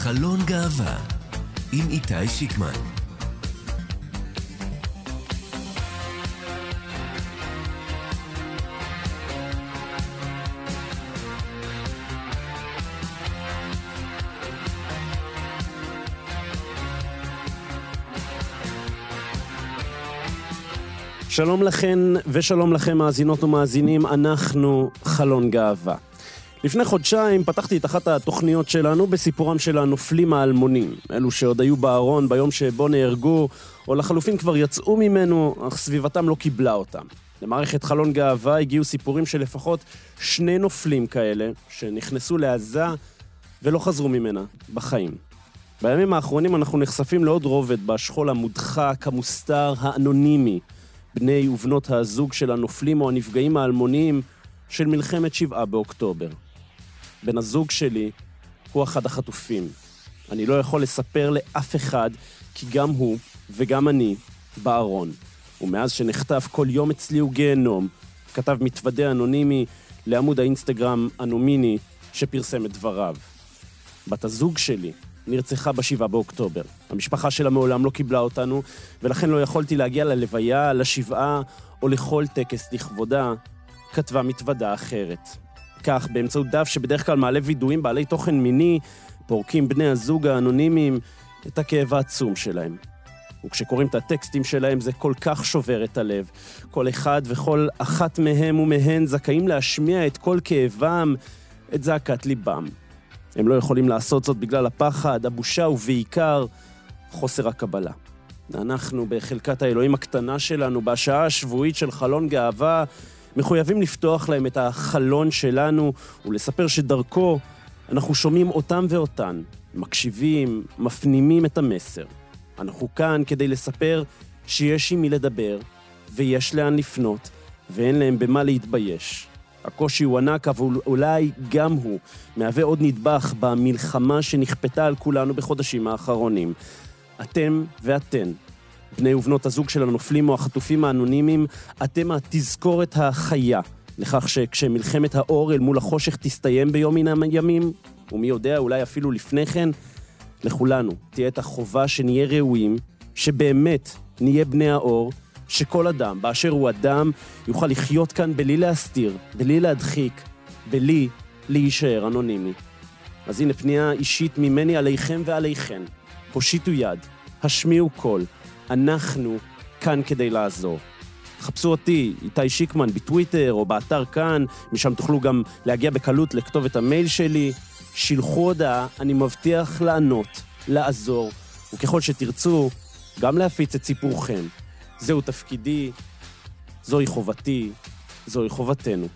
חלון גאווה עם איתי שיקמן. שלום לכן ושלום לכם מאזינות ומאזינים, אנחנו חלון גאווה. לפני חודשיים פתחתי את אחת התוכניות שלנו בסיפורם של הנופלים האלמונים, אלו שעוד היו בארון ביום שבו נהרגו, או לחלופין כבר יצאו ממנו, אך סביבתם לא קיבלה אותם. למערכת חלון גאווה הגיעו סיפורים של לפחות 2 נופלים כאלה, שנכנסו לעזה ולא חזרו ממנה בחיים. בימים האחרונים אנחנו נחשפים לעוד רובד בשכול המודחק, המוסתר, האנונימי, בני ובנות הזוג של הנופלים או הנפגעים האלמוניים של מלחמת 7 באוקטובר. בן הזוג שלי הוא אחד החטופים. אני לא יכול לספר לאף אחד, כי גם הוא וגם אני בארון. ומאז שנחטף כל יום אצלי הוא גיהנום, כתב מתוודה אנונימי לעמוד האינסטגרם אנומיני שפרסם את דבריו. בת הזוג שלי נרצחה ב7 באוקטובר. המשפחה שלה מעולם לא קיבלה אותנו, ולכן לא יכולתי להגיע ללוויה, לשבעה, או לכל טקס לכבודה, כתבה מתוודה אחרת. כך, באמצעות דף שבדרך כלל מעלה וידועים בעלי תוכן מיני, פורקים בני הזוג האנונימיים את הכאב העצום שלהם. וכשקוראים את הטקסטים שלהם זה כל כך שובר את הלב. כל אחד וכל אחת מהם ומהן זכאים להשמיע את כל כאבם, את זעקת ליבם. הם לא יכולים לעשות זאת בגלל הפחד, הבושה ובעיקר חוסר הקבלה. אנחנו בחלקת האלוהים הקטנה שלנו, בשעה השבועית של חלון גאווה, מחויבים לפתוח להם את החלון שלנו ולספר שדרכו אנחנו שומעים אותם ואותן, מקשיבים, מפנימים את המסר. אנחנו כאן כדי לספר שיש עם מי לדבר ויש לאן לפנות ואין להם במה להתבייש. הקושי הוא ענק, אבל אולי גם הוא מהווה עוד נדבך במלחמה שנכפתה על כולנו בחודשים האחרונים. אתם ואתן, בני ובנות הזוג של הנופלים או החטופים האנונימיים, אתם התזכורת החיה לכך שכשמלחמת האור אל מול החושך תסתיים ביום מן הימים, ומי יודע, אולי אפילו לפני כן, לכולנו תהיה את החובה שנהיה ראויים, שבאמת נהיה בני האור, שכל אדם, באשר הוא אדם, יוכל לחיות כאן בלי להסתיר, בלי להדחיק, בלי להישאר אנונימי. אז הנה פנייה אישית ממני עליכם ועליכן. הושיטו יד, השמיעו קול. אנחנו כאן כדי לעזור. חפשו אותי, איתי שיקמן, בטוויטר או באתר כאן, משם תוכלו גם להגיע בקלות לכתובת המייל שלי. שילחו הודעה, אני מבטיח לענות, לעזור, וככל שתרצו, גם להפיץ את סיפורכם. זהו תפקידי, זוהי חובתי, זוהי חובתנו.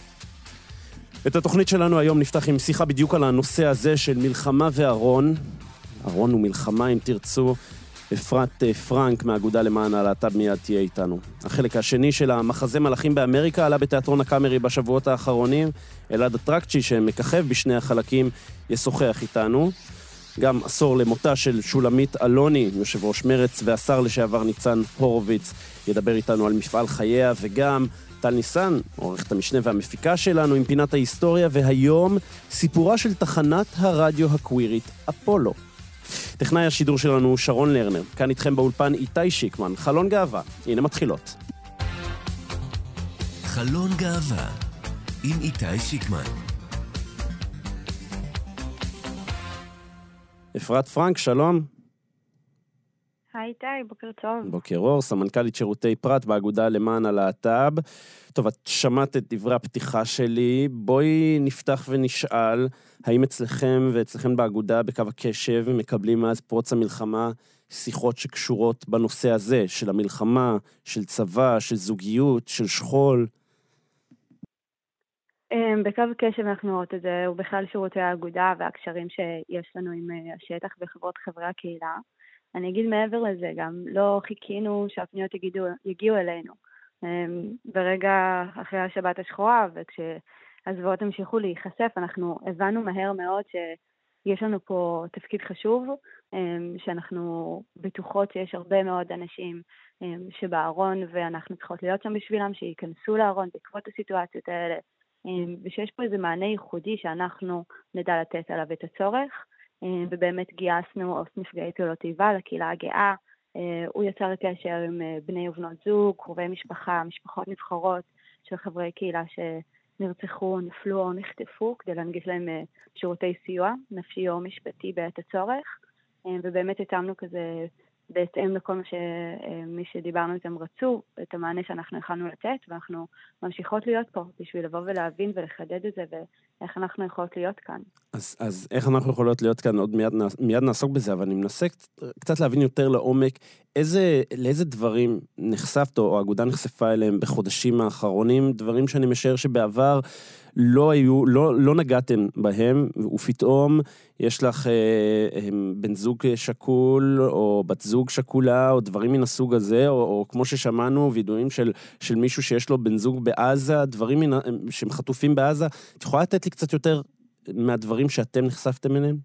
את התוכנית שלנו היום נפתח עם שיחה בדיוק על הנושא הזה של מלחמה וארון. ארון ומלחמה אם תרצו. אפרת פרנק מהאגודה למען הלהט"ב מיד תהיה איתנו. החלק השני של המחזה מלאכים באמריקה עלה בתיאטרון הקאמרי בשבועות האחרונים. אלעד אטרקצ'י שמככב בשני החלקים ישוחח איתנו. גם עשור למותה של שולמית אלוני, יושב ראש מרץ, והשר לשעבר ניצן הורוביץ ידבר איתנו על מפעל חייה, וגם טל ניסן, עורכת המשנה והמפיקה שלנו עם פינת ההיסטוריה, והיום סיפורה של תחנת הרדיו הקווירית אפולו. טכנאי השידור שלנו שרון לרנר, כאן איתכם באולפן איתי שיקמן, חלון גאווה, הנה מתחילות. חלון גאווה עם איתי שיקמן. אפרת פרנק, שלום. היי איתי, בוקר טוב. בוקר אור, סמנכ"לית שירותי פרט באגודה למען הלהט"ב. טוב, את שמעת את דברי הפתיחה שלי, בואי נפתח ונשאל, האם אצלכם ואצלכם באגודה בקו הקשב מקבלים מאז פרוץ המלחמה שיחות שקשורות בנושא הזה, של המלחמה, של צבא, של זוגיות, של שכול? בקו קשב אנחנו רואות את זה, ובכלל שירותי האגודה והקשרים שיש לנו עם השטח וחברות חברי הקהילה. אני אגיד מעבר לזה, גם לא חיכינו שהפניות יגיעו אלינו. ברגע אחרי השבת השחורה, וכשהזוועות המשיכו להיחשף, אנחנו הבנו מהר מאוד שיש לנו פה תפקיד חשוב, שאנחנו בטוחות שיש הרבה מאוד אנשים שבארון, ואנחנו צריכות להיות שם בשבילם, שייכנסו לארון בעקבות הסיטואציות האלה, ושיש פה איזה מענה ייחודי שאנחנו נדע לתת עליו את הצורך, ובאמת גייסנו עו"ס נפגעי פעולות איבה לקהילה הגאה. הוא יצר קשר עם בני ובנות זוג, קרובי משפחה, משפחות נבחרות של חברי קהילה שנרצחו, נפלו או נחטפו, כדי להנגיש להם שירותי סיוע נפשי או משפטי בעת הצורך. ובאמת התאמנו כזה בהתאם לכל מה שמי שדיברנו איתם רצו, את המענה שאנחנו יכולנו לתת, ואנחנו ממשיכות להיות פה בשביל לבוא ולהבין ולחדד את זה, ואיך אנחנו יכולות להיות כאן. אז איך אנחנו יכולות להיות כאן? עוד מיד נעסוק בזה, אבל אני מנסה קצת להבין יותר לעומק, לאיזה דברים נחשפת, או האגודה נחשפה אליהם בחודשים האחרונים, דברים שאני משער שבעבר לא נגעתם בהם, ופתאום יש לך בן זוג שקול, או בת זוג שקולה, או דברים מן הסוג הזה, או כמו ששמענו, וידועים של מישהו שיש לו בן זוג בעזה, דברים שהם חטופים בעזה. את יכולה לתת לי קצת יותר מהדברים שאתם נחשפתם אליהם?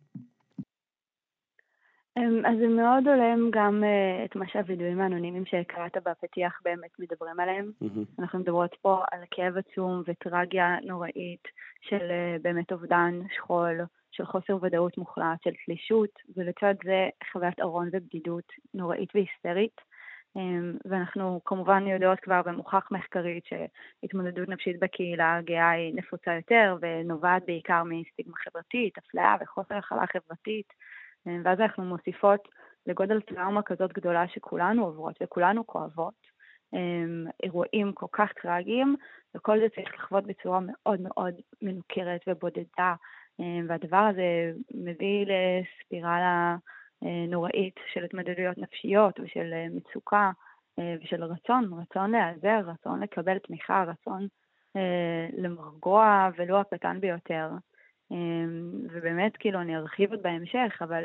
אז זה מאוד עולם גם את מה שהווידועים האנונימיים שקראת בפתיח באמת מדברים עליהם. אנחנו מדברות פה על כאב עצום וטרגיה נוראית של באמת אובדן, שכול, של חוסר ודאות מוחלט, של תלישות, ולצד זה חוויית ארון ובדידות נוראית והיסטרית. ואנחנו כמובן יודעות כבר במוכח מחקרית שהתמודדות נפשית בקהילה הגאה היא נפוצה יותר ונובעת בעיקר מסטיגמה חברתית, אפליה וחוסר הכלה חברתית. ואז אנחנו מוסיפות לגודל טראומה כזאת גדולה שכולנו עוברות וכולנו כואבות, אירועים כל כך טרגיים, וכל זה צריך לחוות בצורה מאוד מאוד מנוכרת ובודדה, והדבר הזה מביא לספירלה נוראית של התמודדויות נפשיות ושל מצוקה ושל רצון להיעזר, רצון לקבל תמיכה, רצון למרגוע ולו הקטן ביותר. ובאמת כאילו אני ארחיב עוד בהמשך, אבל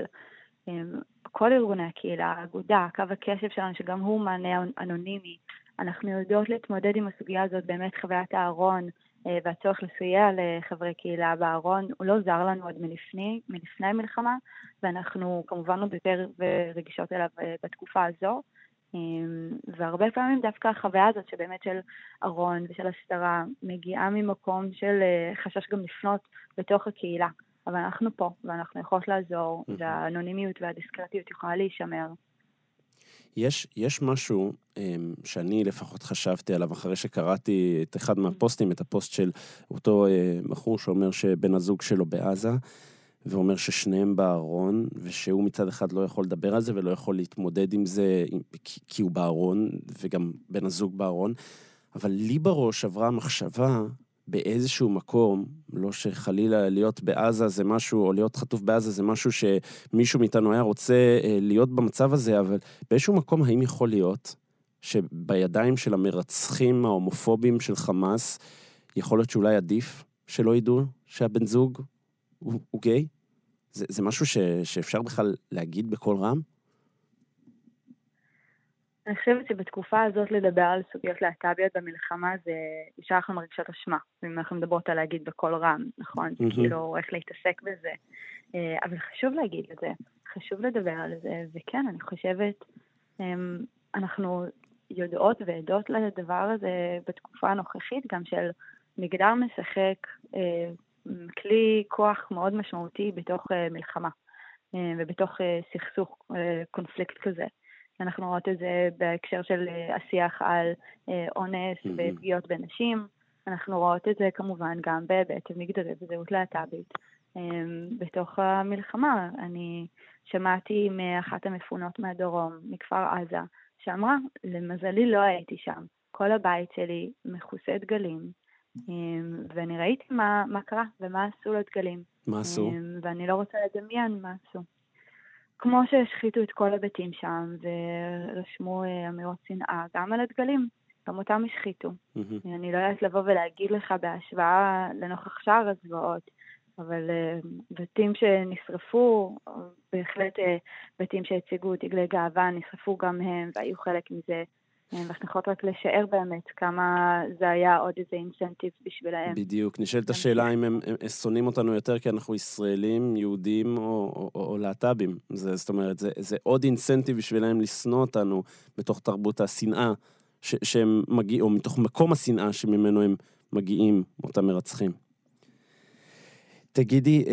כל ארגוני הקהילה, האגודה, קו הקשב שלנו שגם הוא מענה אנונימי, אנחנו יודעות להתמודד עם הסוגיה הזאת, באמת חוויית הארון והצורך לסייע לחברי קהילה בארון, הוא לא זר לנו עוד מלפני המלחמה, ואנחנו כמובן עוד יותר רגישות אליו בתקופה הזו, והרבה פעמים דווקא החוויה הזאת שבאמת של ארון ושל הסתרה מגיעה ממקום של חשש גם לפנות בתוך הקהילה, אבל אנחנו פה ואנחנו יכולות לעזור, והאנונימיות והדיסקרטיות יכולה להישמר. יש משהו שאני לפחות חשבתי עליו אחרי שקראתי את אחד מהפוסטים, את הפוסט של אותו בחור שאומר שבן הזוג שלו בעזה, ואומר ששניהם בארון, ושהוא מצד אחד לא יכול לדבר על זה, ולא יכול להתמודד עם זה, כי הוא בארון, וגם בן הזוג בארון. אבל לי בראש עברה מחשבה באיזשהו מקום, לא שחלילה להיות בעזה זה משהו, או להיות חטוף בעזה זה משהו שמישהו מאיתנו היה רוצה להיות במצב הזה, אבל באיזשהו מקום האם יכול להיות שבידיים של המרצחים ההומופובים של חמאס, יכול להיות שאולי עדיף שלא ידעו שהבן זוג הוא גיי? זה משהו שאפשר בכלל להגיד בכל רם? אני חושבת שבתקופה הזאת לדבר על סוגיות להט"ביות במלחמה זה ישר אנחנו מרגישות אשמה, אם אנחנו מדברות על להגיד בכל רם, נכון? כאילו איך להתעסק בזה. אבל חשוב להגיד את זה, חשוב לדבר על זה, וכן, אני חושבת, אנחנו יודעות ועדות לדבר הזה בתקופה הנוכחית, גם של מגדר משחק כלי כוח מאוד משמעותי בתוך מלחמה, ובתוך סכסוך, קונפליקט כזה. אנחנו רואות את זה בהקשר של השיח על אונס ופגיעות בנשים, אנחנו רואות את זה כמובן גם בהיבט מגדרי וזהות להט"בית. בתוך המלחמה אני שמעתי מאחת המפונות מהדרום, מכפר עזה, שאמרה, למזלי לא הייתי שם, כל הבית שלי מכוסה דגלים, ואני ראיתי מה קרה ומה עשו לדגלים. מה עשו? ואני לא רוצה לדמיין מה עשו. כמו שהשחיתו את כל הבתים שם ורשמו אמירות שנאה, גם על הדגלים, גם אותם השחיתו. אני לא יודעת לבוא ולהגיד לך בהשוואה לנוכח שאר הזוועות, אבל בתים שנשרפו, בהחלט בתים שהציגו דגלי גאווה, נשרפו גם הם והיו חלק מזה. ואנחנו יכולות רק לשער באמת כמה זה היה עוד איזה אינסנטיב בשבילהם. בדיוק, נשאלת השאלה אם הם שונאים אותנו יותר כי אנחנו ישראלים, יהודים או להט"בים. זאת אומרת, זה עוד אינסנטיב בשבילהם לשנוא אותנו בתוך תרבות השנאה שהם מגיעים, או מתוך מקום השנאה שממנו הם מגיעים, אותם מרצחים. תגידי,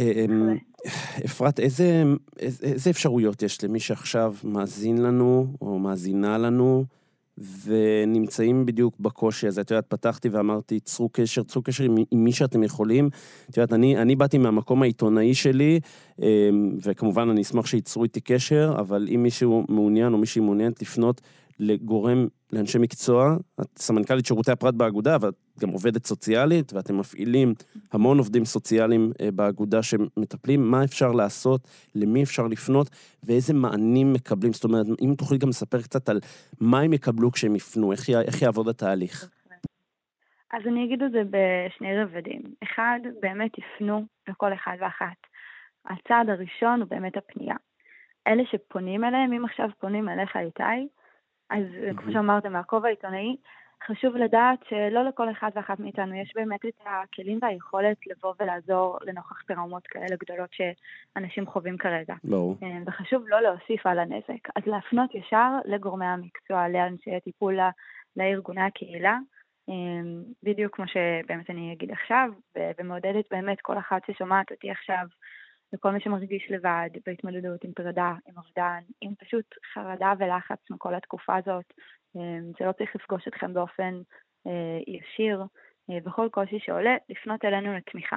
אפרת, איזה אפשרויות יש למי שעכשיו מאזין לנו, או מאזינה לנו, ונמצאים בדיוק בקושי הזה? את יודעת, פתחתי ואמרתי, צרו קשר עם מי שאתם יכולים. את יודעת, אני באתי מהמקום העיתונאי שלי, וכמובן אני אשמח שיצרו איתי קשר, אבל אם מישהו מעוניין או מישהי מעוניינת לפנות לגורם, לאנשי מקצוע, את סמנכ"לית שירותי הפרט באגודה, ואת גם עובדת סוציאלית, ואתם מפעילים המון עובדים סוציאליים באגודה שמטפלים, מה אפשר לעשות, למי אפשר לפנות, ואיזה מענים מקבלים. זאת אומרת, אם תוכלי גם לספר קצת על מה הם יקבלו כשהם יפנו, איך יעבוד התהליך. אז אני אגיד את זה בשני רבדים. אחד, באמת יפנו לכל אחד ואחת. הצעד הראשון הוא באמת הפנייה. אלה שפונים אליהם, אם עכשיו פונים אליך איתי, אז כמו שאמרתם, מהכובע העיתונאי, חשוב לדעת שלא לכל אחד ואחת מאיתנו יש באמת את הכלים והיכולת לבוא ולעזור לנוכח טראומות כאלה גדולות שאנשים חווים כרגע. ברור. וחשוב לא להוסיף על הנזק. אז להפנות ישר לגורמי המקצוע, לאנשי טיפול, לארגוני הקהילה, בדיוק כמו שבאמת אני אגיד עכשיו, ומעודדת באמת כל אחת ששומעת אותי עכשיו, וכל מי שמרגיש לבד, בהתמודדות עם פרידה, עם אובדן, עם פשוט חרדה ולחץ מכל התקופה הזאת. זה לא צריך לפגוש אתכם באופן ישיר, בכל קושי שעולה, לפנות אלינו לתמיכה.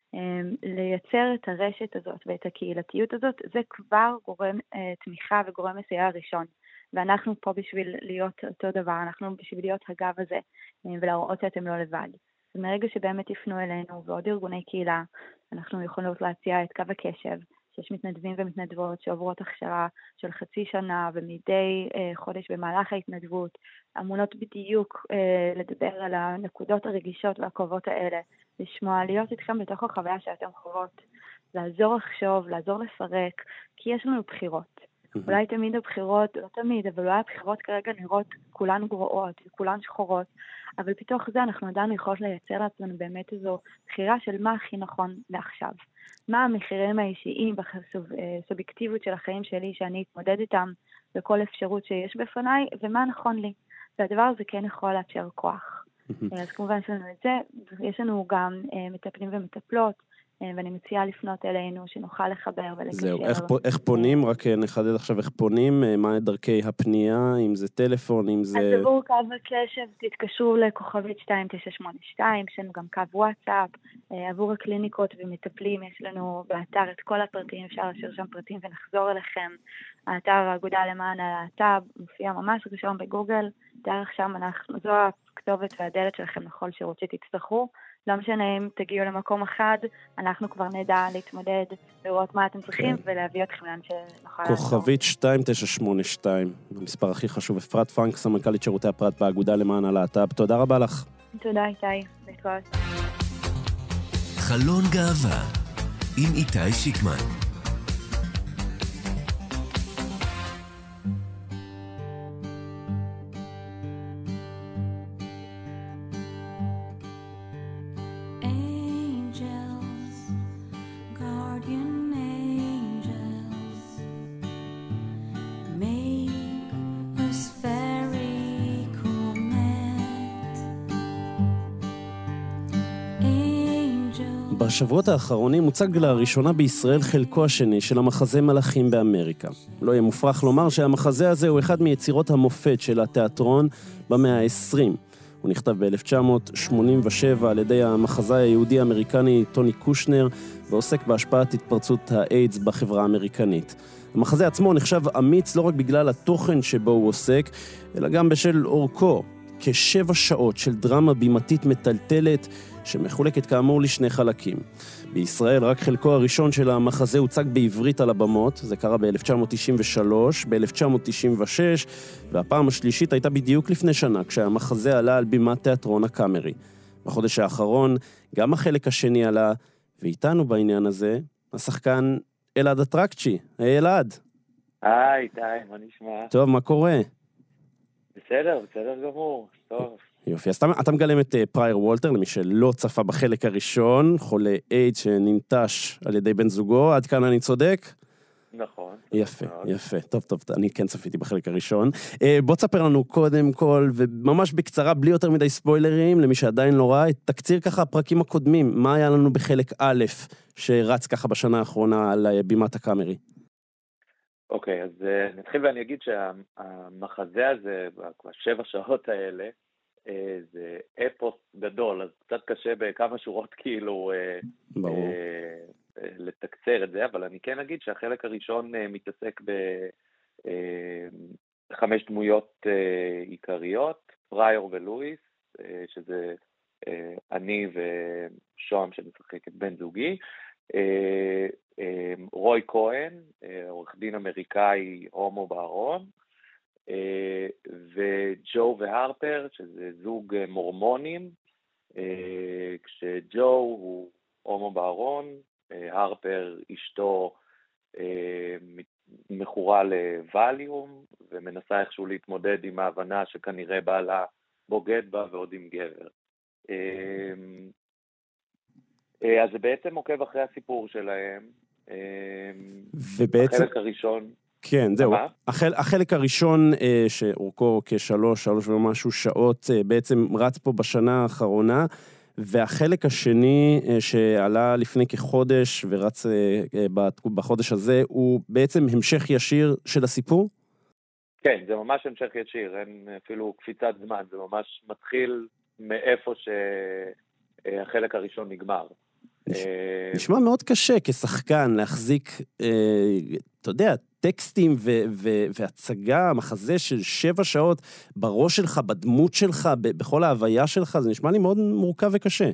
לייצר את הרשת הזאת ואת הקהילתיות הזאת, זה כבר גורם תמיכה וגורם מסייע ראשון. ואנחנו פה בשביל להיות אותו דבר, אנחנו בשביל להיות הגב הזה, ולהראות שאתם לא לבד. ומרגע שבאמת יפנו אלינו ועוד ארגוני קהילה, אנחנו יכולות להציע את קו הקשב, שיש מתנדבים ומתנדבות שעוברות הכשרה של חצי שנה, ומדי חודש במהלך ההתנדבות, אמונות בדיוק לדבר על הנקודות הרגישות והכואבות האלה, לשמוע, להיות איתכם בתוך החוויה שאתם חוות, לעזור לחשוב, לעזור לפרק, כי יש לנו בחירות. אולי תמיד הבחירות, לא תמיד, אבל אולי הבחירות כרגע נראות כולן גרועות וכולן שחורות, אבל בתוך זה אנחנו עדיין יכולות לייצר לעצמנו באמת איזו בחירה של מה הכי נכון לעכשיו. מה המחירים האישיים בסובייקטיביות של החיים שלי שאני אתמודד איתם בכל אפשרות שיש בפניי, ומה נכון לי. והדבר הזה כן יכול לאפשר כוח. אז כמובן יש לנו את זה, יש לנו גם מטפלים ומטפלות, ואני מציעה לפנות אלינו, שנוכל לחבר ולקשר. זהו, איך פונים? רק נחדד עכשיו איך פונים, מה דרכי הפנייה, אם זה טלפון, אם זה... אז עבור קו הקשב, תתקשרו לכוכבית 2982, יש לנו גם קו וואטסאפ, עבור הקליניקות ומטפלים, יש לנו באתר את כל הפרטים, אפשר לשאיר שם פרטים ונחזור אליכם. האתר האגודה למען הלהט"ב מופיע ממש ראשון בגוגל, דרך שם זו הכתובת והדלת שלכם לכל שירות שתצטרכו. לא משנה אם תגיעו למקום אחד, אנחנו כבר נדע להתמודד, לראות מה אתם צריכים, ולהביא אתכם לאן שנוכל לעזור. כוכבית 2982, המספר הכי חשוב. אפרת פרנק, סמנכ"לית שירותי הפרט באגודה למען הלהט"ב. תודה רבה לך. תודה איתי, להתראות. חלון גאווה עם איתי שיקמן. בשבועות האחרונים מוצג לראשונה בישראל חלקו השני של המחזה מלאכים באמריקה. לא יהיה מופרך לומר שהמחזה הזה הוא אחד מיצירות המופת של התיאטרון במאה ה-20. הוא נכתב ב-1987 על ידי המחזאי היהודי האמריקני טוני קושנר, ועוסק בהשפעת התפרצות האיידס בחברה האמריקנית. המחזה עצמו נחשב אמיץ לא רק בגלל התוכן שבו הוא עוסק, אלא גם בשל אורכו. כ7 שעות של דרמה בימתית מטלטלת, שמחולקת כאמור לשני חלקים. בישראל רק חלקו הראשון של המחזה הוצג בעברית על הבמות, זה קרה ב-1993, ב-1996, והפעם השלישית הייתה בדיוק לפני שנה, כשהמחזה עלה על בימת תיאטרון הקאמרי. בחודש האחרון גם החלק השני עלה, ואיתנו בעניין הזה, השחקן אלעד אטרקצ'י. היי אלעד. היי, איתי, מה נשמע? טוב, מה קורה? בסדר גמור, טוב. יופי, אז אתה מגלם את פרייר וולטר, למי שלא צפה בחלק הראשון, חולה איידס שננטש על ידי בן זוגו, עד כאן אני צודק? נכון. יפה, יפה. טוב, טוב, אני כן צפיתי בחלק הראשון. בוא תספר לנו קודם כל, וממש בקצרה, בלי יותר מדי ספוילרים, למי שעדיין לא ראה, תקציר ככה הפרקים הקודמים, מה היה לנו בחלק א', שרץ ככה בשנה האחרונה על בימת הקאמרי. אוקיי, אז נתחיל ואני אגיד שהמחזה הזה, בשבע שעות האלה, זה אפוס גדול, אז קצת קשה בכמה שורות כאילו לתקצר את זה, אבל אני כן אגיד שהחלק הראשון מתעסק בחמש דמויות עיקריות, פריור ולואיס, שזה אני ושוהם שמשחק את בן זוגי, רוי כהן, עורך דין אמריקאי הומו בארון, וג'ו והרפר, שזה זוג מורמונים, כשג'ו הוא הומו בארון, הרפר אשתו מכורה לווליום, ומנסה איכשהו להתמודד עם ההבנה שכנראה בעלה בוגד בה ועוד עם גבר. אז זה בעצם עוקב אחרי הסיפור שלהם. ובעצם... החלק הראשון... כן, זהו. החלק הראשון, שאורכו כשלוש ומשהו שעות, בעצם רץ פה בשנה האחרונה, והחלק השני, שעלה לפני כחודש ורץ בחודש הזה, הוא בעצם המשך ישיר של הסיפור? כן, זה ממש המשך ישיר, אין אפילו קפיצת זמן, זה ממש מתחיל מאיפה שהחלק הראשון נגמר. נשמע מאוד קשה כשחקן להחזיק, אתה יודע, טקסטים והצגה, מחזה של 7 שעות בראש שלך, בדמות שלך, בכל ההוויה שלך, זה נשמע לי מאוד מורכב וקשה.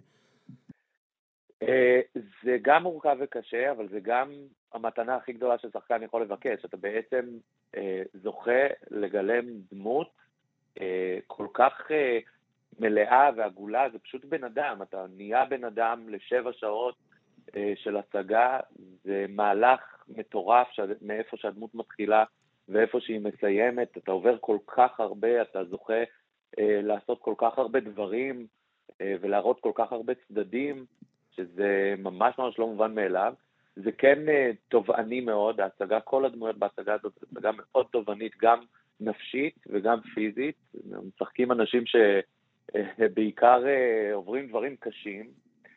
זה גם מורכב וקשה, אבל זה גם המתנה הכי גדולה ששחקן יכול לבקש. אתה בעצם זוכה לגלם דמות כל כך מלאה ועגולה, זה פשוט בן אדם, אתה נהיה בן אדם ל7 שעות של הצגה, זה מהלך מטורף מאיפה שהדמות מתחילה ואיפה שהיא מסיימת, אתה עובר כל כך הרבה, אתה זוכה לעשות כל כך הרבה דברים ולהראות כל כך הרבה צדדים, שזה ממש ממש לא מובן מאליו. זה כן תובעני מאוד, ההצגה, כל הדמויות בהצגה הזאת, הצגה מאוד תובענית, גם נפשית וגם פיזית, משחקים אנשים שבעיקר עוברים דברים קשים,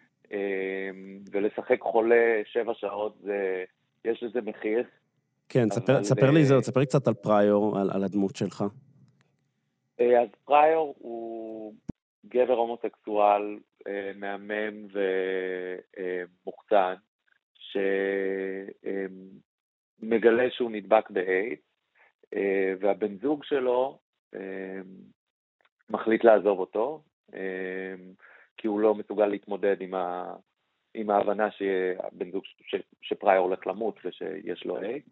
ולשחק חולה 7 שעות, יש לזה מחיר. כן, תספר לי זה, תספר לי קצת על פריור, על הדמות שלך. אז פריור הוא גבר הומוסקסואל, מהמם ומוחצן, שמגלה שהוא נדבק באיידס, והבן זוג שלו מחליט לעזוב אותו, כי הוא לא מסוגל להתמודד עם ההבנה שהבן זוג שפריור הולך למות ושיש לו איידס.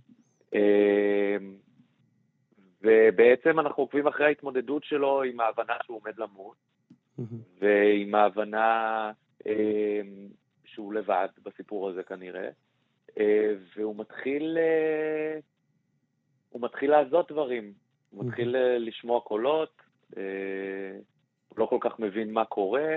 ובעצם אנחנו עוקבים אחרי ההתמודדות שלו עם ההבנה שהוא עומד למות, ועם ההבנה שהוא לבד בסיפור הזה כנראה, והוא מתחיל לעשות דברים, הוא מתחיל לשמוע קולות, הוא לא כל כך מבין מה קורה,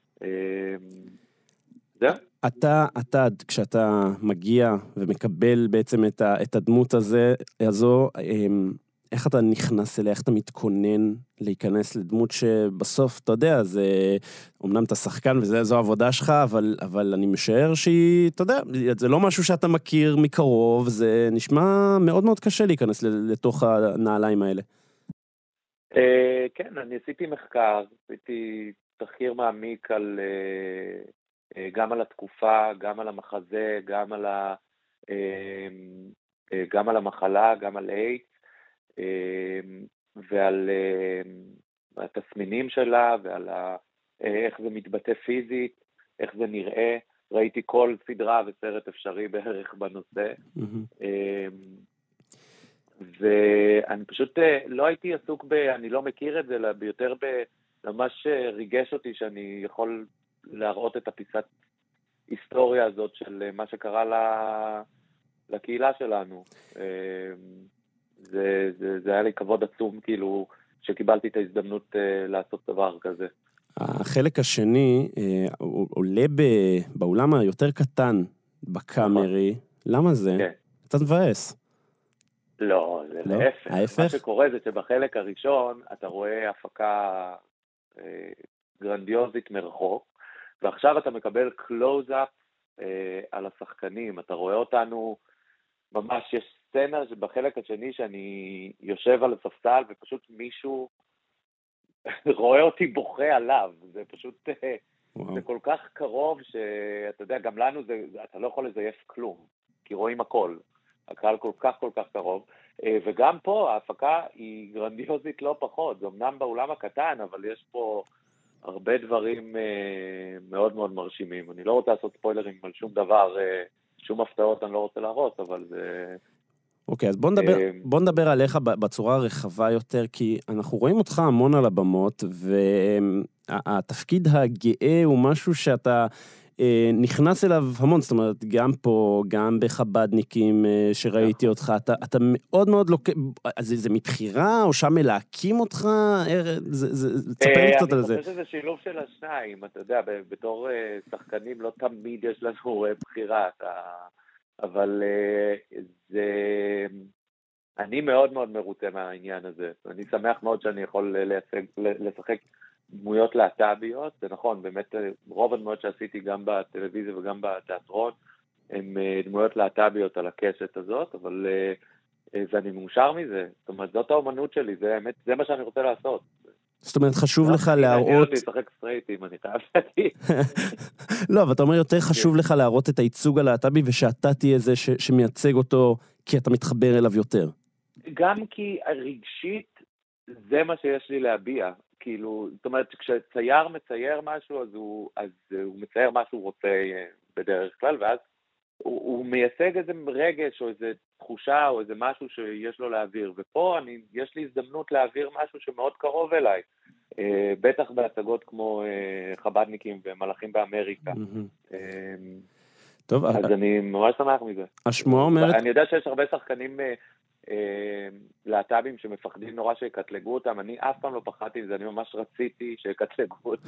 זהו. אתה, כשאתה מגיע ומקבל בעצם את הדמות הזו, איך אתה נכנס אליה, איך אתה מתכונן להיכנס לדמות שבסוף, אתה יודע, זה, אמנם אתה שחקן וזו העבודה שלך, אבל אני משער שהיא, אתה יודע, זה לא משהו שאתה מכיר מקרוב, זה נשמע מאוד מאוד קשה להיכנס לתוך הנעליים האלה. כן, אני עשיתי מחקר, עשיתי תחקיר מעמיק גם על התקופה, גם על המחזה, גם על המחלה, גם על איידס, ועל התסמינים שלה, ועל איך זה מתבטא פיזית, איך זה נראה. ראיתי כל סדרה וסרט אפשרי בערך בנושא. ואני פשוט לא הייתי עסוק אני לא מכיר את זה, אלא ביותר ממש ריגש אותי שאני יכול להראות את הפיסת היסטוריה הזאת של מה שקרה לקהילה שלנו. זה היה לי כבוד עצום, כאילו, שקיבלתי את ההזדמנות לעשות דבר כזה. החלק השני עולה באולם היותר קטן בקאמרי. למה זה? כן. קצת מבאס. לא, זה לא? להפך. ההפך? מה שקורה זה שבחלק הראשון אתה רואה הפקה גרנדיוזית מרחוק, ועכשיו אתה מקבל קלוז-אפ על השחקנים. אתה רואה אותנו, ממש יש סצנה בחלק השני שאני יושב על הספסל ופשוט מישהו רואה אותי בוכה עליו. זה פשוט, זה כל כך קרוב שאתה יודע, גם לנו אתה לא יכול לזייף כלום, כי רואים הכל. הקהל כל כך קרוב, וגם פה ההפקה היא גרנדיוזית לא פחות, זה אמנם באולם הקטן, אבל יש פה הרבה דברים מאוד מאוד מרשימים. אני לא רוצה לעשות ספוילרים על שום דבר, שום הפתעות אני לא רוצה להרוס, אבל זה... אוקיי, אז בוא נדבר עליך בצורה הרחבה יותר, כי אנחנו רואים אותך המון על הבמות, והתפקיד הגאה הוא משהו שאתה נכנס אליו המון, זאת אומרת, גם פה, גם בחבדניקים שראיתי אותך, אתה מאוד מאוד זה מבחירה, או שם מלהקים אותך? תספר לי קצת על זה. אני חושב שזה שילוב של השניים, אתה יודע, בתור שחקנים לא תמיד יש לנו בחירה, אבל אני מאוד מאוד מרוצה מהעניין הזה. אני שמח מאוד שאני יכול לשחק דמויות להט"ביות. זה נכון, באמת רוב הדמויות שעשיתי גם בטלוויזיה וגם בתיאטרון, הן דמויות להט"ביות על הקשת הזאת, אבל ואני מאושר מזה. זאת אומרת, זאת האומנות שלי, זה מה שאני רוצה לעשות. זאת אומרת, חשוב לך להראות... אני רוצה לשחק סטרייטים, אני חייב להגיד. לא, אבל אתה אומר, יותר חשוב לך להראות את הייצוג הלהט"בי, ושאתה תהיה זה שמייצג אותו, כי אתה מתחבר אליו יותר. גם כי רגשית, זה מה שיש לי להביע. כאילו, זאת אומרת, כשצייר מצייר משהו, אז הוא מצייר מה שהוא רוצה בדרך כלל, ואז הוא מייצג איזה רגש, או איזה תחושה, או איזה משהו שיש לו להעביר. ופה יש לי הזדמנות להעביר משהו שמאוד קרוב אליי. בטח בהצגות כמו חבדניקים ומלאכים באמריקה. טוב, אז אני ממש שמח מזה. השמועה אומרת... אני יודע שיש הרבה שחקנים להט"בים שמפחדים נורא שיקטלגו אותם. אני אף פעם לא פחדתי עם זה, אני ממש רציתי שיקטלגו אותי.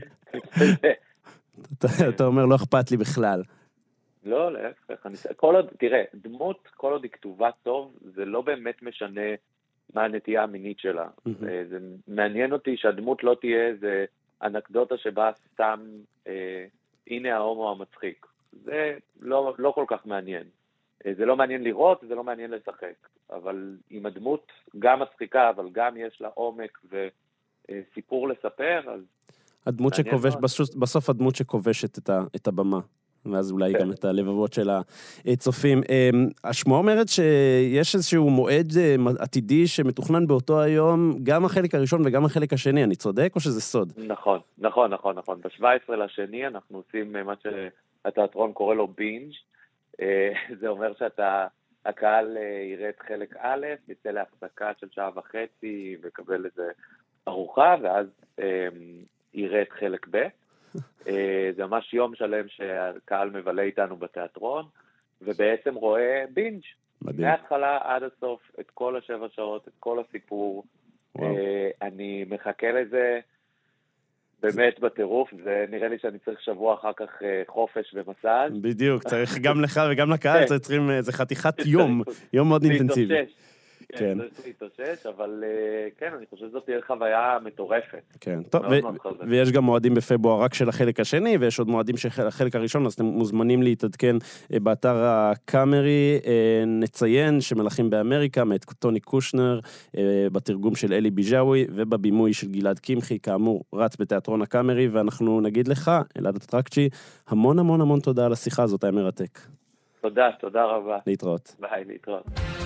אתה אומר, לא אכפת לי בכלל. לא, להפך. תראה, דמות, כל עוד היא כתובה טוב, זה לא באמת משנה מה הנטייה המינית שלה. זה מעניין אותי שהדמות לא תהיה איזה אנקדוטה שבה סתם, הנה ההומו המצחיק. זה לא כל כך מעניין. זה לא מעניין לראות, זה לא מעניין לשחק. אבל אם הדמות גם מצחיקה, אבל גם יש לה עומק וסיפור לספר, אז... הדמות שכובש, בסוף הדמות שכובשת את הבמה. ואז אולי גם את הלבבות של הצופים. השמועה אומרת שיש איזשהו מועד עתידי שמתוכנן באותו היום, גם החלק הראשון וגם החלק השני, אני צודק או שזה סוד? נכון. ב-17 לשני אנחנו עושים מה שהתיאטרון קורא לו בינג'. זה אומר שהקהל יראה את חלק א', יצא להפסקה של שעה וחצי, וקבל איזה ארוחה, ואז יראה את חלק ב'. זה ממש יום שלם שהקהל מבלה איתנו בתיאטרון, ובעצם רואה בינג' מההתחלה עד הסוף, את כל 7 שעות, את כל הסיפור. אני מחכה לזה באמת בטירוף, ונראה לי שאני צריך שבוע אחר כך חופש ומסאז'. בדיוק, צריך גם לך וגם לקהל, צריכים, זה חתיכת יום מאוד אינטנסיבי. כן, צריך להתאושש, אבל כן, אני חושב שזאת תהיה חוויה מטורפת. כן, טוב, ויש גם מועדים בפברואר רק של החלק השני, ויש עוד מועדים של החלק הראשון, אז אתם מוזמנים להתעדכן באתר הקאמרי. נציין שמלאכים באמריקה, מאת טוני קושנר, בתרגום של אלי ביג'אווי, ובבימוי של גלעד קמחי, כאמור, רץ בתיאטרון הקאמרי, ואנחנו נגיד לך, אלעד טרקצ'י, המון המון המון תודה על השיחה הזאת, היה מרתק. תודה רבה. להתראות. ביי, להתראות.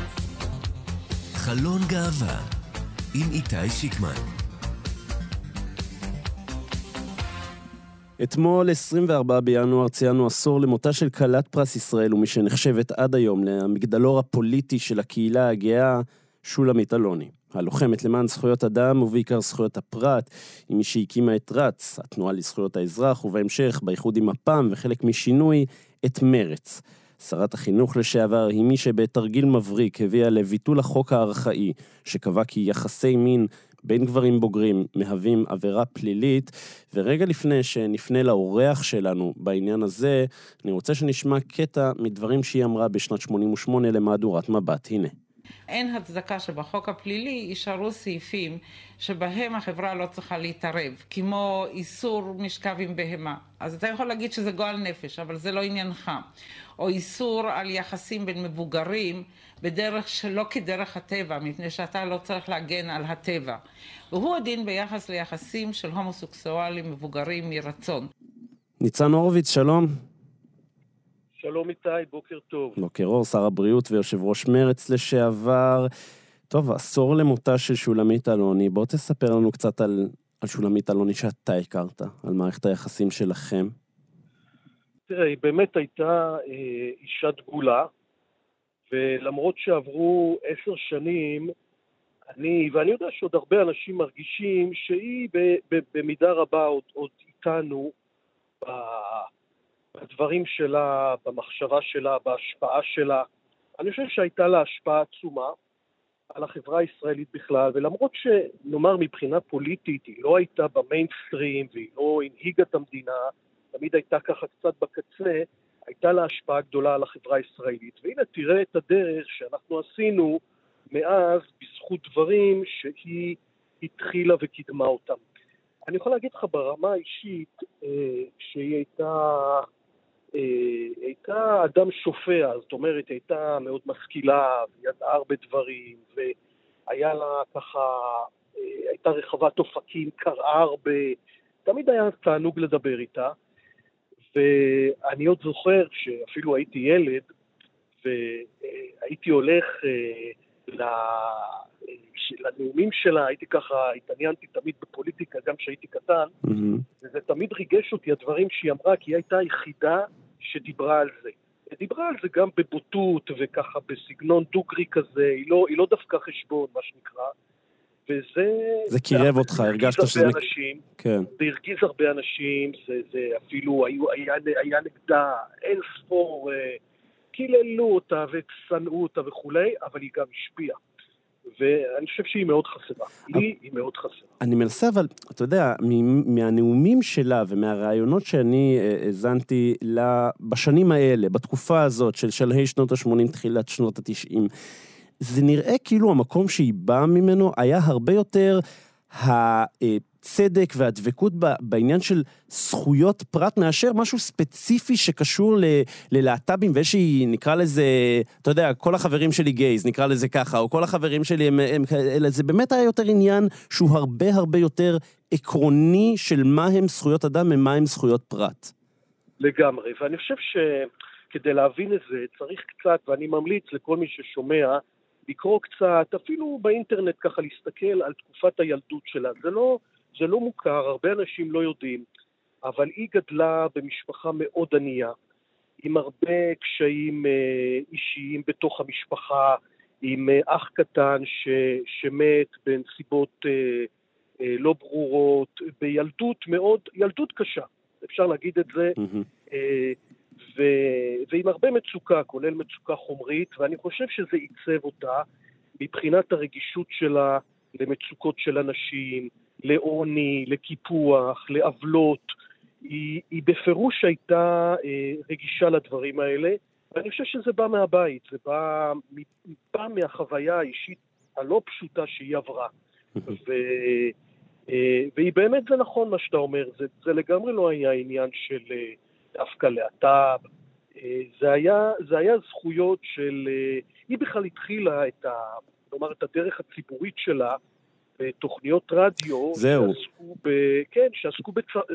חלון גאווה עם איתי שיקמן. אתמול 24 בינואר ציינו עשור למותה של כלת פרס ישראל, ומי שנחשבת עד היום למגדלור הפוליטי של הקהילה הגאה, שולמית אלוני. הלוחמת למען זכויות אדם ובעיקר זכויות הפרט, היא מי שהקימה את רץ, התנועה לזכויות האזרח, ובהמשך, באיחוד עם מפ"ם וחלק משינוי, את מרץ. שרת החינוך לשעבר היא מי שבתרגיל מבריק הביאה לביטול החוק הארכאי, שקבע כי יחסי מין בין גברים בוגרים מהווים עבירה פלילית, ורגע לפני שנפנה לאורח שלנו בעניין הזה, אני רוצה שנשמע קטע מדברים שהיא אמרה בשנת 88 למהדורת מבט. הנה. אין הצדקה שבחוק הפלילי יישארו סעיפים שבהם החברה לא צריכה להתערב, כמו איסור משכב עם בהמה. אז אתה יכול להגיד שזה גועל נפש, אבל זה לא עניינך. או איסור על יחסים בין מבוגרים בדרך שלא כדרך הטבע, מפני שאתה לא צריך להגן על הטבע. והוא הדין ביחס ליחסים של הומוסקסואלים מבוגרים מרצון. ניצן הורוביץ, שלום. שלום איתי, בוקר טוב. בוקר אור, שר הבריאות ויושב ראש מרץ לשעבר. טוב, עשור למותה של שולמית אלוני. בוא תספר לנו קצת על שולמית אלוני שאתה הכרת, על מערכת היחסים שלכם. תראה, היא באמת הייתה אישה דגולה, ולמרות שעברו 10 שנים, ואני יודע שעוד הרבה אנשים מרגישים שהיא במידה רבה עוד איתנו בדברים שלה, במחשבה שלה, בהשפעה שלה. אני חושב שהייתה לה השפעה עצומה על החברה הישראלית בכלל, ולמרות שנאמר מבחינה פוליטית, היא לא הייתה במיינסטרים, והיא לא הנהיגה את המדינה, תמיד הייתה ככה קצת בקצה, הייתה לה השפעה גדולה על החברה הישראלית. והנה תראה את הדרך שאנחנו עשינו מאז בזכות דברים שהיא התחילה וקידמה אותם. אני יכול להגיד לך ברמה האישית שהיא הייתה אדם שופע, זאת אומרת, הייתה מאוד משכילה, ידעה הרבה דברים, והיה לה ככה, הייתה רחבת אופקים, קראה הרבה, תמיד היה תענוג לדבר איתה, ואני עוד זוכר שאפילו הייתי ילד, והייתי הולך לנאומים שלה, הייתי ככה, התעניינתי תמיד בפוליטיקה, גם כשהייתי קטן, וזה תמיד ריגש אותי, הדברים שהיא אמרה, כי היא הייתה היחידה שדיברה על זה. היא דיברה על זה גם בבוטות, וככה בסגנון דוגרי כזה, היא לא דווקא חשבון, מה שנקרא, וזה... זה קירב אותך, הרגשת שזה... כן. זה הרגיז הרבה אנשים, זה אפילו היה נגדה אין ספור, קיללו אותה ושנאו אותה וכולי, אבל היא גם השפיעה. ואני חושב שהיא מאוד חסרה. היא מאוד חסרה. אני מנסה, אבל אתה יודע, מהנאומים שלה ומהרעיונות שאני הזנתי לה בשנים האלה, בתקופה הזאת של שלהי שנות ה-80, תחילת שנות ה-90, זה נראה כאילו המקום שהיא באה ממנו היה הרבה יותר הצדק והדבקות בעניין של זכויות פרט מאשר משהו ספציפי שקשור ללהט"בים, ושהיא נקרא לזה, אתה יודע, כל החברים שלי גייז, נקרא לזה ככה, או כל החברים שלי, זה באמת היה יותר עניין שהוא הרבה הרבה יותר עקרוני של מה הם זכויות אדם ומה הם זכויות פרט. לגמרי, ואני חושב שכדי להבין את זה צריך קצת, ואני ממליץ לכל מי ששומע, לקרוא קצת, אפילו באינטרנט ככה להסתכל על תקופת הילדות שלה. זה לא מוכר, הרבה אנשים לא יודעים, אבל היא גדלה במשפחה מאוד ענייה, עם הרבה קשיים אישיים בתוך המשפחה, עם אח קטן שמת בנסיבות לא ברורות, ילדות קשה, אפשר להגיד את זה, ועם הרבה מצוקה, כולל מצוקה חומרית, ואני חושב שזה ייצב אותה מבחינת הרגישות שלה למצוקות של אנשים, לעוני, לקיפוח, לעבלות. היא בפירוש הייתה רגישה לדברים האלה, ואני חושב שזה בא מהבית, זה בא מהחוויה האישית הלא פשוטה שהיא עברה. והיא באמת, זה נכון מה שאתה אומר, זה לגמרי לא היה עניין של דווקא להט"ב, זה היה זכויות של, היא בכלל התחילה את הדרך הציבורית שלה, בתוכניות רדיו, שעסקו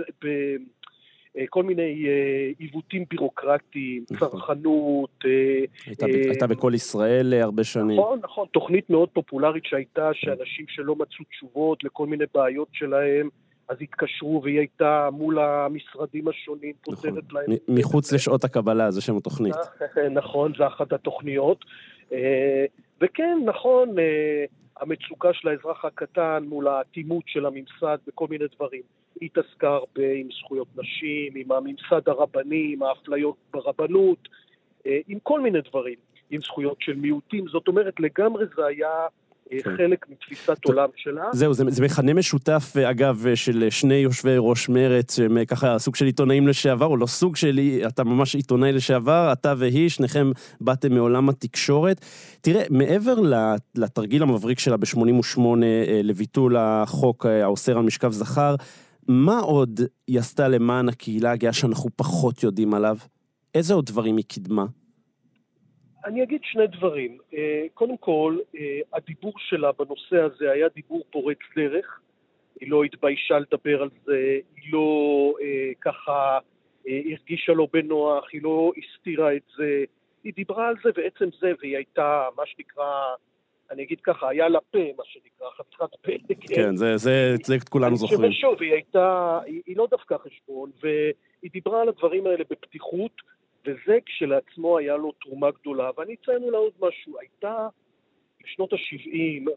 בכל מיני עיוותים בירוקרטיים, צרכנות. הייתה בכל ישראל הרבה שנים. נכון, תוכנית מאוד פופולרית שהייתה, שאנשים שלא מצאו תשובות לכל מיני בעיות שלהם, אז התקשרו והיא הייתה מול המשרדים השונים, פותרת להם. מחוץ לשעות הקבלה, זה שם התוכנית. נכון, זה אחת התוכניות. וכן, נכון, המצוקה של האזרח הקטן מול האטימות של הממסד וכל מיני דברים. היא התעסקה הרבה עם זכויות נשים, עם הממסד הרבני, עם האפליות ברבנות, עם כל מיני דברים, עם זכויות של מיעוטים. זאת אומרת, לגמרי זה היה חלק מתפיסת עולם שלה. זהו, זה מכנה משותף, אגב, של שני יושבי ראש מרץ, שהם ככה סוג של עיתונאים לשעבר, או לא סוג שלי, אתה ממש עיתונאי לשעבר, אתה והיא, שניכם באתם מעולם התקשורת. תראה, מעבר לתרגיל המבריק שלה ב-88 לביטול החוק האוסר על משכב זכר, מה עוד היא עשתה למען הקהילה הגאה שאנחנו פחות יודעים עליו? איזה עוד דברים היא קידמה? אני אגיד שני דברים. קודם כל, הדיבור שלה בנושא הזה היה דיבור פורץ דרך. היא לא התביישה לדבר על זה, היא לא ככה הרגישה לו בנוח, היא לא הסתירה את זה. היא דיברה על זה ועצם זה, והיא הייתה, מה שנקרא, אני אגיד ככה, היה לה פה, מה שנקרא, חתיכת פה. כן, זה כולנו זוכרים. שוב, היא לא דווקא חשבון, והיא דיברה על הדברים האלה בפתיחות, וזה כשלעצמו היה לו תרומה גדולה. ואני אציין לה עוד משהו, הייתה בשנות ה-70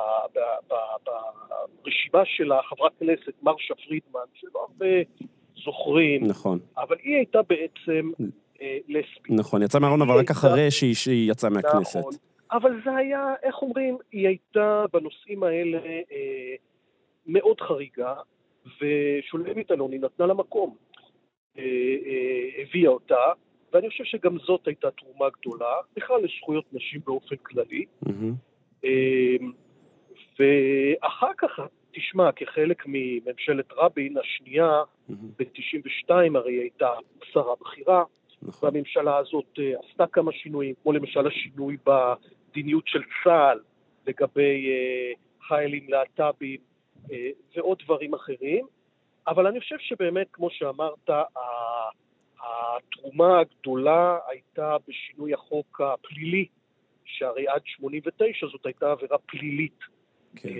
ברשימה של חברת כנסת מרשה פרידמן, שלא הרבה זוכרים, נכון. אבל היא הייתה בעצם לסבית. נכון, יצאה מהארון אבל רק אחרי שהיא יצאה מהכנסת. נכון, אבל זה היה, איך אומרים, היא הייתה בנושאים האלה מאוד חריגה, ושולמית אלוני נתנה לה מקום, הביאה אותה, ואני חושב שגם זאת הייתה תרומה גדולה, בכלל לזכויות נשים באופן כללי. ואחר כך, תשמע, כחלק מממשלת רבין השנייה, ב-92 הרי הייתה שרה בכירה, והממשלה הזאת עשתה כמה שינויים, כמו למשל השינוי במדיניות של צה"ל, לגבי חיילים להט"בים, ועוד דברים אחרים. אבל אני חושב שבאמת, כמו שאמרת, התרומה הגדולה הייתה בשינוי החוק הפלילי, שהרי עד 89 זאת הייתה עבירה פלילית, כן.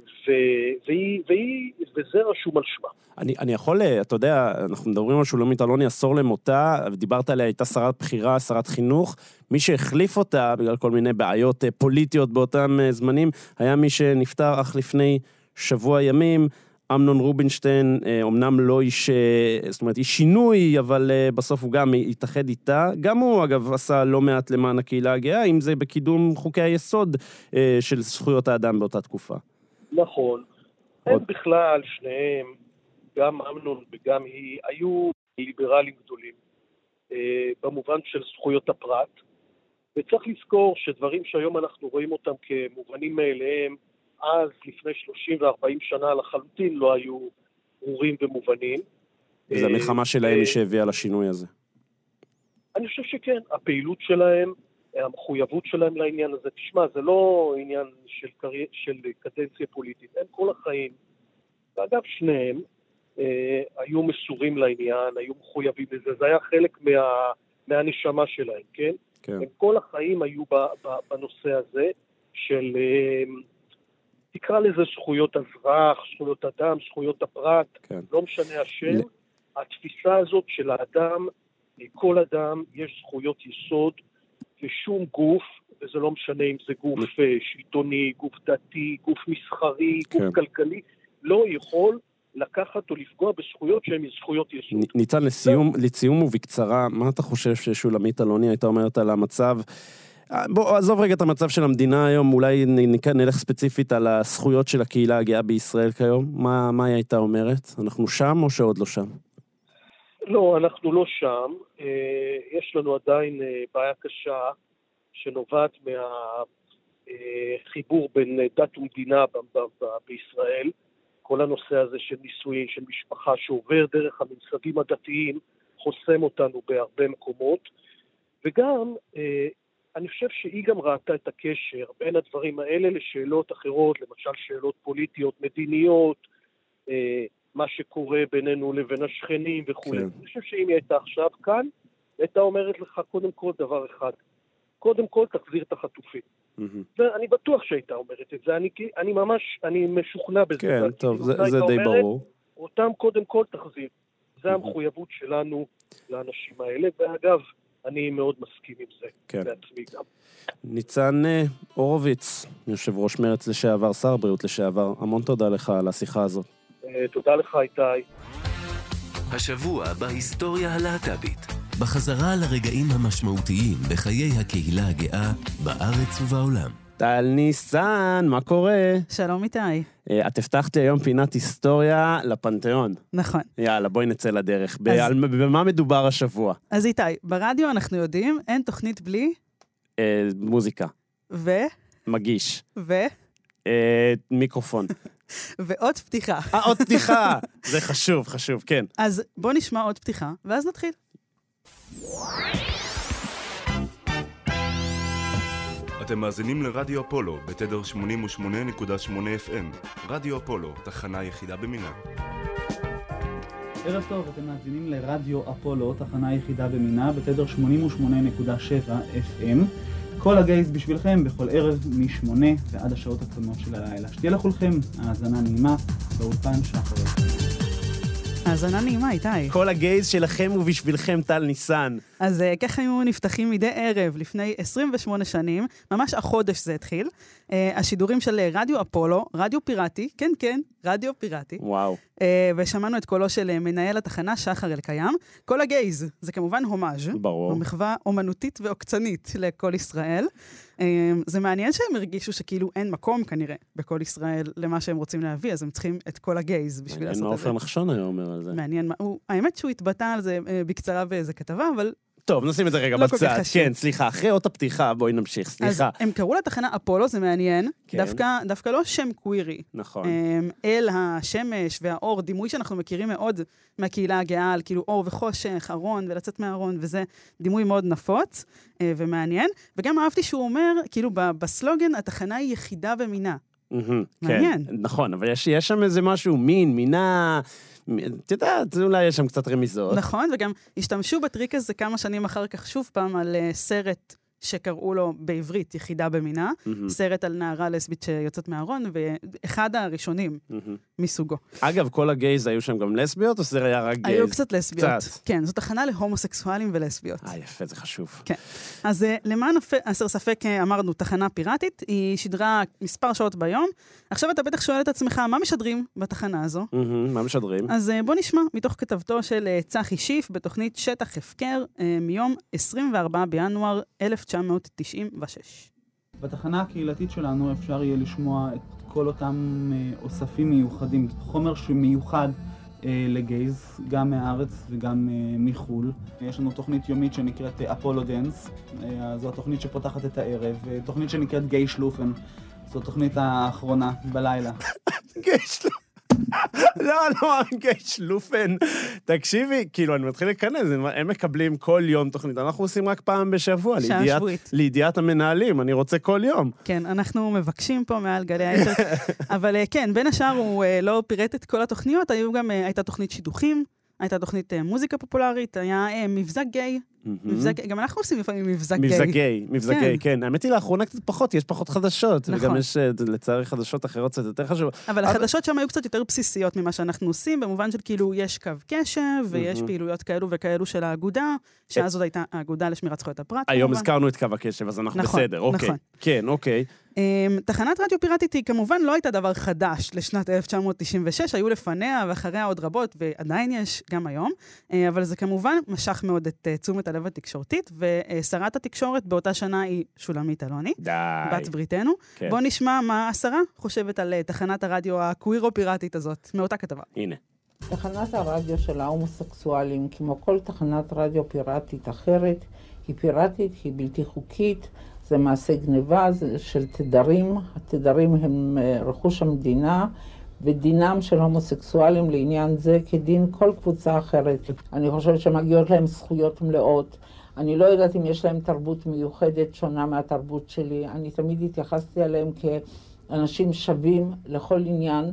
וזה רשום על שמה. אני יכול, אתה יודע, אנחנו מדברים על שולמית אלוני, עשור למותה, ודיברת עליה, הייתה שרת בחירה, שרת חינוך, מי שהחליף אותה, בגלל כל מיני בעיות פוליטיות באותם זמנים, היה מי שנפטר אך לפני שבוע ימים, אמנון רובינשטיין, אמנם לא איש, זאת אומרת, איש שינוי, אבל בסוף הוא גם התאחד איתה. גם הוא, אגב, עשה לא מעט למען הקהילה הגאה, אם זה בקידום חוקי היסוד של זכויות האדם באותה תקופה. נכון. הם בכלל, שניהם, גם אמנון וגם היא, היו ליברלים גדולים, במובן של זכויות הפרט. וצריך לזכור שדברים שהיום אנחנו רואים אותם כמובנים מאליהם, אז לפני 30 ו-40 שנה לחלוטין לא היו ברורים ומובנים. וזה המלחמה שלהם היא שהביאה לשינוי הזה. אני חושב שכן, הפעילות שלהם, המחויבות שלהם לעניין הזה, תשמע, זה לא עניין של קדנציה פוליטית, הם כל החיים, ואגב שניהם, היו מסורים לעניין, היו מחויבים לזה, זה היה חלק מהנשמה שלהם, כן? כן. הם כל החיים היו בנושא הזה של... תקרא לזה זכויות אזרח, זכויות אדם, זכויות הפרט, כן. לא משנה השם, התפיסה הזאת של האדם, כל אדם יש זכויות יסוד, ושום גוף, וזה לא משנה אם זה גוף שלטוני, גוף דתי, גוף מסחרי, כן. גוף כלכלי, לא יכול לקחת או לפגוע בזכויות שהן זכויות יסוד. ניצן, לסיום ובקצרה, מה אתה חושב ששולמית אלוני הייתה אומרת על המצב... בוא, עזוב רגע את המצב של המדינה היום, אולי נלך ספציפית על הזכויות של הקהילה הגאה בישראל כיום. מה היא הייתה אומרת? אנחנו שם או שעוד לא שם? לא, אנחנו לא שם. יש לנו עדיין בעיה קשה שנובעת מהחיבור בין דת ומדינה בישראל. כל הנושא הזה של נישואים, של משפחה שעובר דרך הממסדים הדתיים, חוסם אותנו בהרבה מקומות. וגם... אני חושב שהיא גם ראתה את הקשר בין הדברים האלה לשאלות אחרות, למשל שאלות פוליטיות, מדיניות, מה שקורה בינינו לבין השכנים וכו'. כן. אני חושב שאם היא הייתה עכשיו כאן, הייתה אומרת לך קודם כל דבר אחד, קודם כל תחזיר את החטופים. ואני בטוח שהייתה אומרת את זה, אני משוכנע בזה. כן, טוב, זה די ברור. אותם קודם כל תחזיר. זה המחויבות שלנו לאנשים האלה, ואגב, אני מאוד מסכים עם זה, כן. בעצמי גם. ניצן הורוביץ, יושב ראש מרץ לשעבר, שר בריאות לשעבר, המון תודה לך על השיחה הזאת. תודה לך, איתי. השבוע בהיסטוריה הלהט"בית. בחזרה לרגעים המשמעותיים בחיי הקהילה הגאה בארץ ובעולם. טל ניסן, מה קורה? שלום איתי. את הבטחת לי היום פינת היסטוריה לפנתיאון. נכון. יאללה, בואי נצא לדרך. במה מדובר השבוע? אז איתי, ברדיו אנחנו יודעים, אין תוכנית בלי... מוזיקה. מגיש. מיקרופון. ועוד פתיחה. עוד פתיחה! זה חשוב, כן. אז בוא נשמע עוד פתיחה, ואז נתחיל. אתם מאזינים לרדיו אפולו, בתדר 88.8 FM. רדיו אפולו, תחנה יחידה במינה. ערב טוב, אתם מאזינים לרדיו אפולו, תחנה יחידה במינה, בתדר 88.7 FM. כל הגייז בשבילכם בכל ערב מ-8 ועד השעות הקטנות של הלילה. שתהיה לכולכם האזנה נעימה באולפן שחר. האזנה נעימה, איתי. כל הגייז שלכם ובשבילכם טל ניסן. אז ככה היו נפתחים מדי ערב לפני 28 שנים, ממש החודש זה התחיל. השידורים של רדיו אפולו, רדיו פיראטי, כן, רדיו פיראטי. וואו. ושמענו את קולו של מנהל התחנה שחר אלקיים. כל הגייז, זה כמובן הומאז'. ברור. במחווה אומנותית ועוקצנית לכל ישראל. זה מעניין שהם הרגישו שכאילו אין מקום כנראה בכל ישראל למה שהם רוצים להביא, אז הם צריכים את כל הגייז בשביל לעשות את זה. מעניין מה עופר נחשון היה אומר על זה. מעניין מה, האמת שהוא התבטא על זה בקצרה באיזה כתבה, אבל... טוב, נשים את זה רגע בצד. כן, סליחה, אחרי עוד הפתיחה, בואי נמשיך, סליחה. אז הם קראו לתחנה אפולו, זה מעניין. כן. דווקא לא שם קווירי. נכון. אל השמש והאור, דימוי שאנחנו מכירים מאוד מהקהילה הגאה, על כאילו אור וחושך, ארון ולצאת מהארון, וזה דימוי מאוד נפוץ ומעניין. וגם אהבתי שהוא אומר, כאילו בסלוגן, התחנה היא יחידה במינה. מעניין. כן, נכון, אבל יש שם איזה משהו, מינה... את יודעת, אולי יש שם קצת רמיזות. נכון, וגם השתמשו בטריק הזה כמה שנים אחר כך שוב פעם על סרט שקראו לו בעברית יחידה במינה, סרט על נערה לסבית שיוצאת מהארון, ואחד הראשונים מסוגו. אגב, כל הגייז היו שם גם לסביות, או שזה היה רק גייז? היו קצת לסביות. כן, זו תחנה להומוסקסואלים ולסביות. יפה, זה חשוב. כן. אז למען הסר ספק אמרנו, תחנה פיראטית, היא שדרה מספר שעות ביום. עכשיו אתה בטח שואל את עצמך, מה משדרים בתחנה הזו? מה משדרים? אז בוא נשמע מתוך כתבתו של צחי שיף בתוכנית שטח הפקר מיום 24 בינואר 1996. בתחנה הקהילתית שלנו אפשר יהיה לשמוע את כל אותם אוספים מיוחדים, חומר שמיוחד לגייז, גם מהארץ וגם מחול. יש לנו תוכנית יומית שנקראת אפולו דנס, זו התוכנית שפותחת את הערב, תוכנית שנקראת גיי שלופן, זו התוכנית האחרונה בלילה. גיי שלופן. לא, גיי שלופן. תקשיבי, כאילו, אני מתחיל לכנס, הם מקבלים כל יום תוכנית, אנחנו עושים רק פעם בשבוע, לידיעת המנהלים, אני רוצה כל יום. כן, אנחנו מבקשים פה מעל גלי היתר, אבל כן, בין השאר הוא לא פירט את כל התוכניות, הייתה תוכנית שידוכים, הייתה תוכנית מוזיקה פופולרית, היה מבזק גיי, גם אנחנו עושים לפעמים מבזק גיי. מבזק גיי, כן. האמת היא לאחרונה קצת פחות, יש פחות חדשות, וגם יש לצערי חדשות אחרות קצת יותר חשוב. אבל החדשות שם היו קצת יותר בסיסיות ממה שאנחנו עושים, במובן של כאילו יש קו קשב, ויש פעילויות כאלו וכאלו של האגודה, שאז עוד הייתה האגודה לשמירת זכויות הפרט. היום הזכרנו את קו הקשב, אז אנחנו בסדר, אוקיי. כן, אוקיי. תחנת רדיו פיראטית היא כמובן לא הייתה דבר חדש לשנת 1996, היו לפניה ואחריה עוד רבות, ועדיין יש גם היום, אבל זה כמובן משך מאוד את תשומת הלב התקשורתית, ושרת התקשורת באותה שנה היא שולמית אלוני, בת בריתנו. כן. בוא נשמע מה השרה חושבת על תחנת הרדיו הקווירו-פיראטית הזאת, מאותה כתבה. הנה. תחנת הרדיו של ההומוסקסואלים, כמו כל תחנת רדיו פיראטית אחרת, היא פיראטית, היא בלתי חוקית, זה מעשה גניבה של תדרים, התדרים הם רכוש המדינה, ודינם של הומוסקסואלים לעניין זה כדין כל קבוצה אחרת. אני חושבת שמגיעות להם זכויות מלאות. אני לא יודעת אם יש להם תרבות מיוחדת שונה מהתרבות שלי. אני תמיד התייחסתי עליהם כאנשים שווים לכל עניין.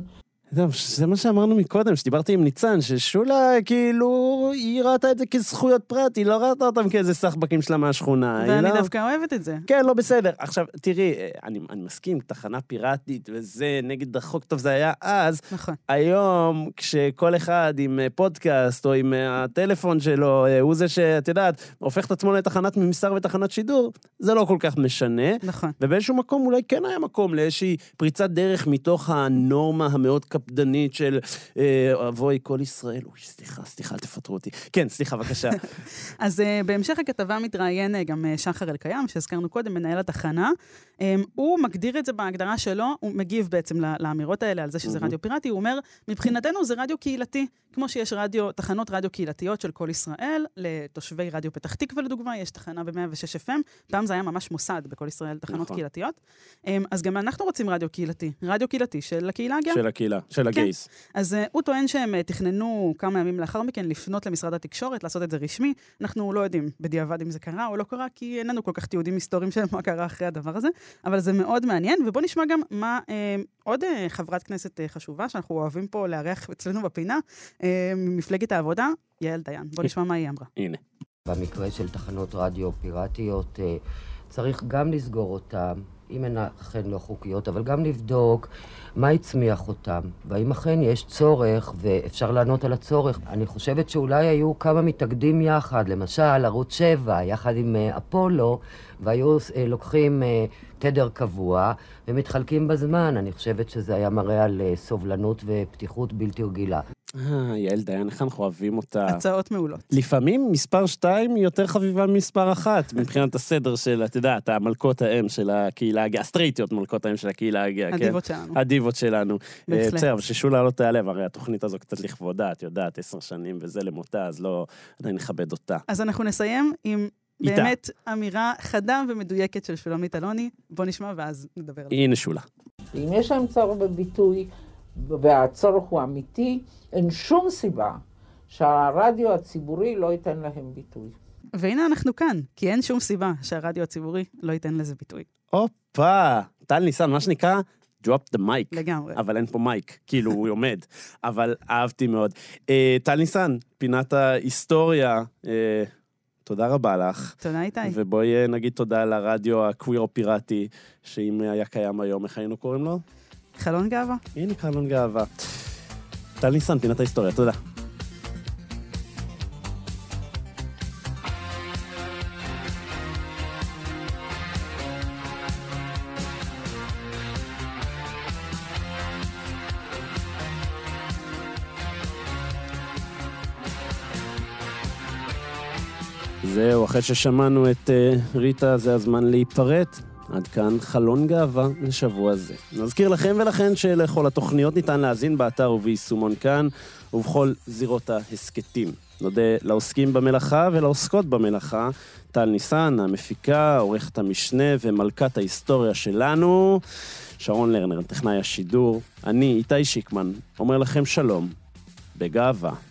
זה מה שאמרנו מקודם, שדיברתי עם ניצן, ששולה כאילו, היא ראתה את זה כזכויות פרט, היא לא ראתה אותם כאיזה סחבקים שלה מהשכונה. ואני דווקא אוהבת את זה. כן, לא בסדר. עכשיו, תראי, אני מסכים, תחנה פיראטית וזה, נגד החוק טוב זה היה אז. נכון. היום, כשכל אחד עם פודקאסט או עם הטלפון שלו, הוא זה שאת יודעת, הופך את עצמו לתחנת ממסר ותחנת שידור, זה לא כל כך משנה. נכון. ובאיזשהו מקום אולי כן היה מקום לאיזושהי פריצת דרך מתוך הנורמה המאוד קפדנית של אבוי כל ישראל. אוי, סליחה, אל תפטרו אותי. כן, סליחה, בבקשה. אז בהמשך הכתבה מתראיין גם שחר אלקיים, שהזכרנו קודם, מנהל התחנה. הוא מגדיר את זה בהגדרה שלו, הוא מגיב בעצם לאמירות האלה, על זה שזה רדיו פיראטי, הוא אומר, מבחינתנו זה רדיו קהילתי, כמו שיש תחנות רדיו קהילתיות של כל ישראל, לתושבי רדיו פתח תקווה לדוגמה, יש תחנה ב-106 FM, פעם זה היה ממש מוסד בכל ישראל, תחנות קהילתיות. אז גם אנחנו רוצים רדיו קהילתי של הקהילה הגאה. של הקהילה, של הגייס. אז הוא טוען שהם תכננו כמה ימים לאחר מכן לפנות למשרד התקשורת, לעשות את זה רשמי. אנחנו לא יודעים בדיעבד אם זה קרה או לא קרה, כי איננו כל כך תיעודים היסטוריים של מה קרה אחרי הדבר הזה, אבל זה מאוד מעניין, ובוא נשמע גם מה עוד חברת כנסת חשובה, שאנחנו אוהבים פה לארח אצלנו בפינה, ממפלגת העבודה, יעל דיין. בוא נשמע מה היא אמרה. הנה. במקרה של תחנות רדיו פיראטיות, צריך גם לסגור אותם, אם הן אכן לא חוקיות, אבל גם לבדוק מה יצמיח אותם, והאם אכן יש צורך, ואפשר לענות על הצורך. אני חושבת שאולי היו כמה מתאגדים יחד, למשל ערוץ 7, יחד עם אפולו, והיו לוקחים תדר קבוע, ומתחלקים בזמן. אני חושבת שזה היה מראה על סובלנות ופתיחות בלתי רגילה. יעל דיין, איך אנחנו אוהבים אותה. הצעות מעולות. לפעמים מספר 2 היא יותר חביבה ממספר 1, מבחינת הסדר של, אתה יודעת, המלכות האם של הקהילה הגאה, הסטרייטיות מלכות האם של הקהילה הגאה. הדיבות שלנו. הדיבות שלנו. בסדר, אבל ששולה לא תעלב, הרי התוכנית הזו קצת לכבודה, את יודעת, 10 שנים וזה למותה, אז לא, עדיין נכבד אותה. אז אנחנו נסיים עם באמת אמירה חדה ומדויקת של שולמית אלוני. בוא נשמע ואז נדבר על זה. הנה שולה. אם יש להם צורך בביטוי, והצורך הוא אמיתי, אין שום סיבה שהרדיו הציבורי לא ייתן להם ביטוי. והנה אנחנו כאן, כי אין שום סיבה שהרדיו הציבורי לא ייתן לזה ביטוי. הופה, טל ניסן, מה שנקרא, drop the mic. לגמרי. אבל אין פה מייק, כאילו הוא עומד. אבל אהבתי מאוד. טל ניסן, פינת ההיסטוריה, תודה רבה לך. תודה איתי. ובואי נגיד תודה לרדיו הקוויר פיראטי, שאם היה קיים היום, איך היינו קוראים לו? חלון גאווה. הנה חלון גאווה. טל ניסן, פינת ההיסטוריה, תודה. זהו, אחרי ששמענו את ריטה, זה הזמן להיפרד. עד כאן חלון גאווה לשבוע זה. נזכיר לכם ולכן שלכל התוכניות ניתן להזין באתר וביישומון כאן, ובכל זירות ההסקטים. נודה לעוסקים במלאכה ולעוסקות במלאכה, טל ניסן, המפיקה, עורכת המשנה ומלכת ההיסטוריה שלנו, שרון לרנר, טכנאי השידור, אני, איתי שיקמן, אומר לכם שלום, בגאווה.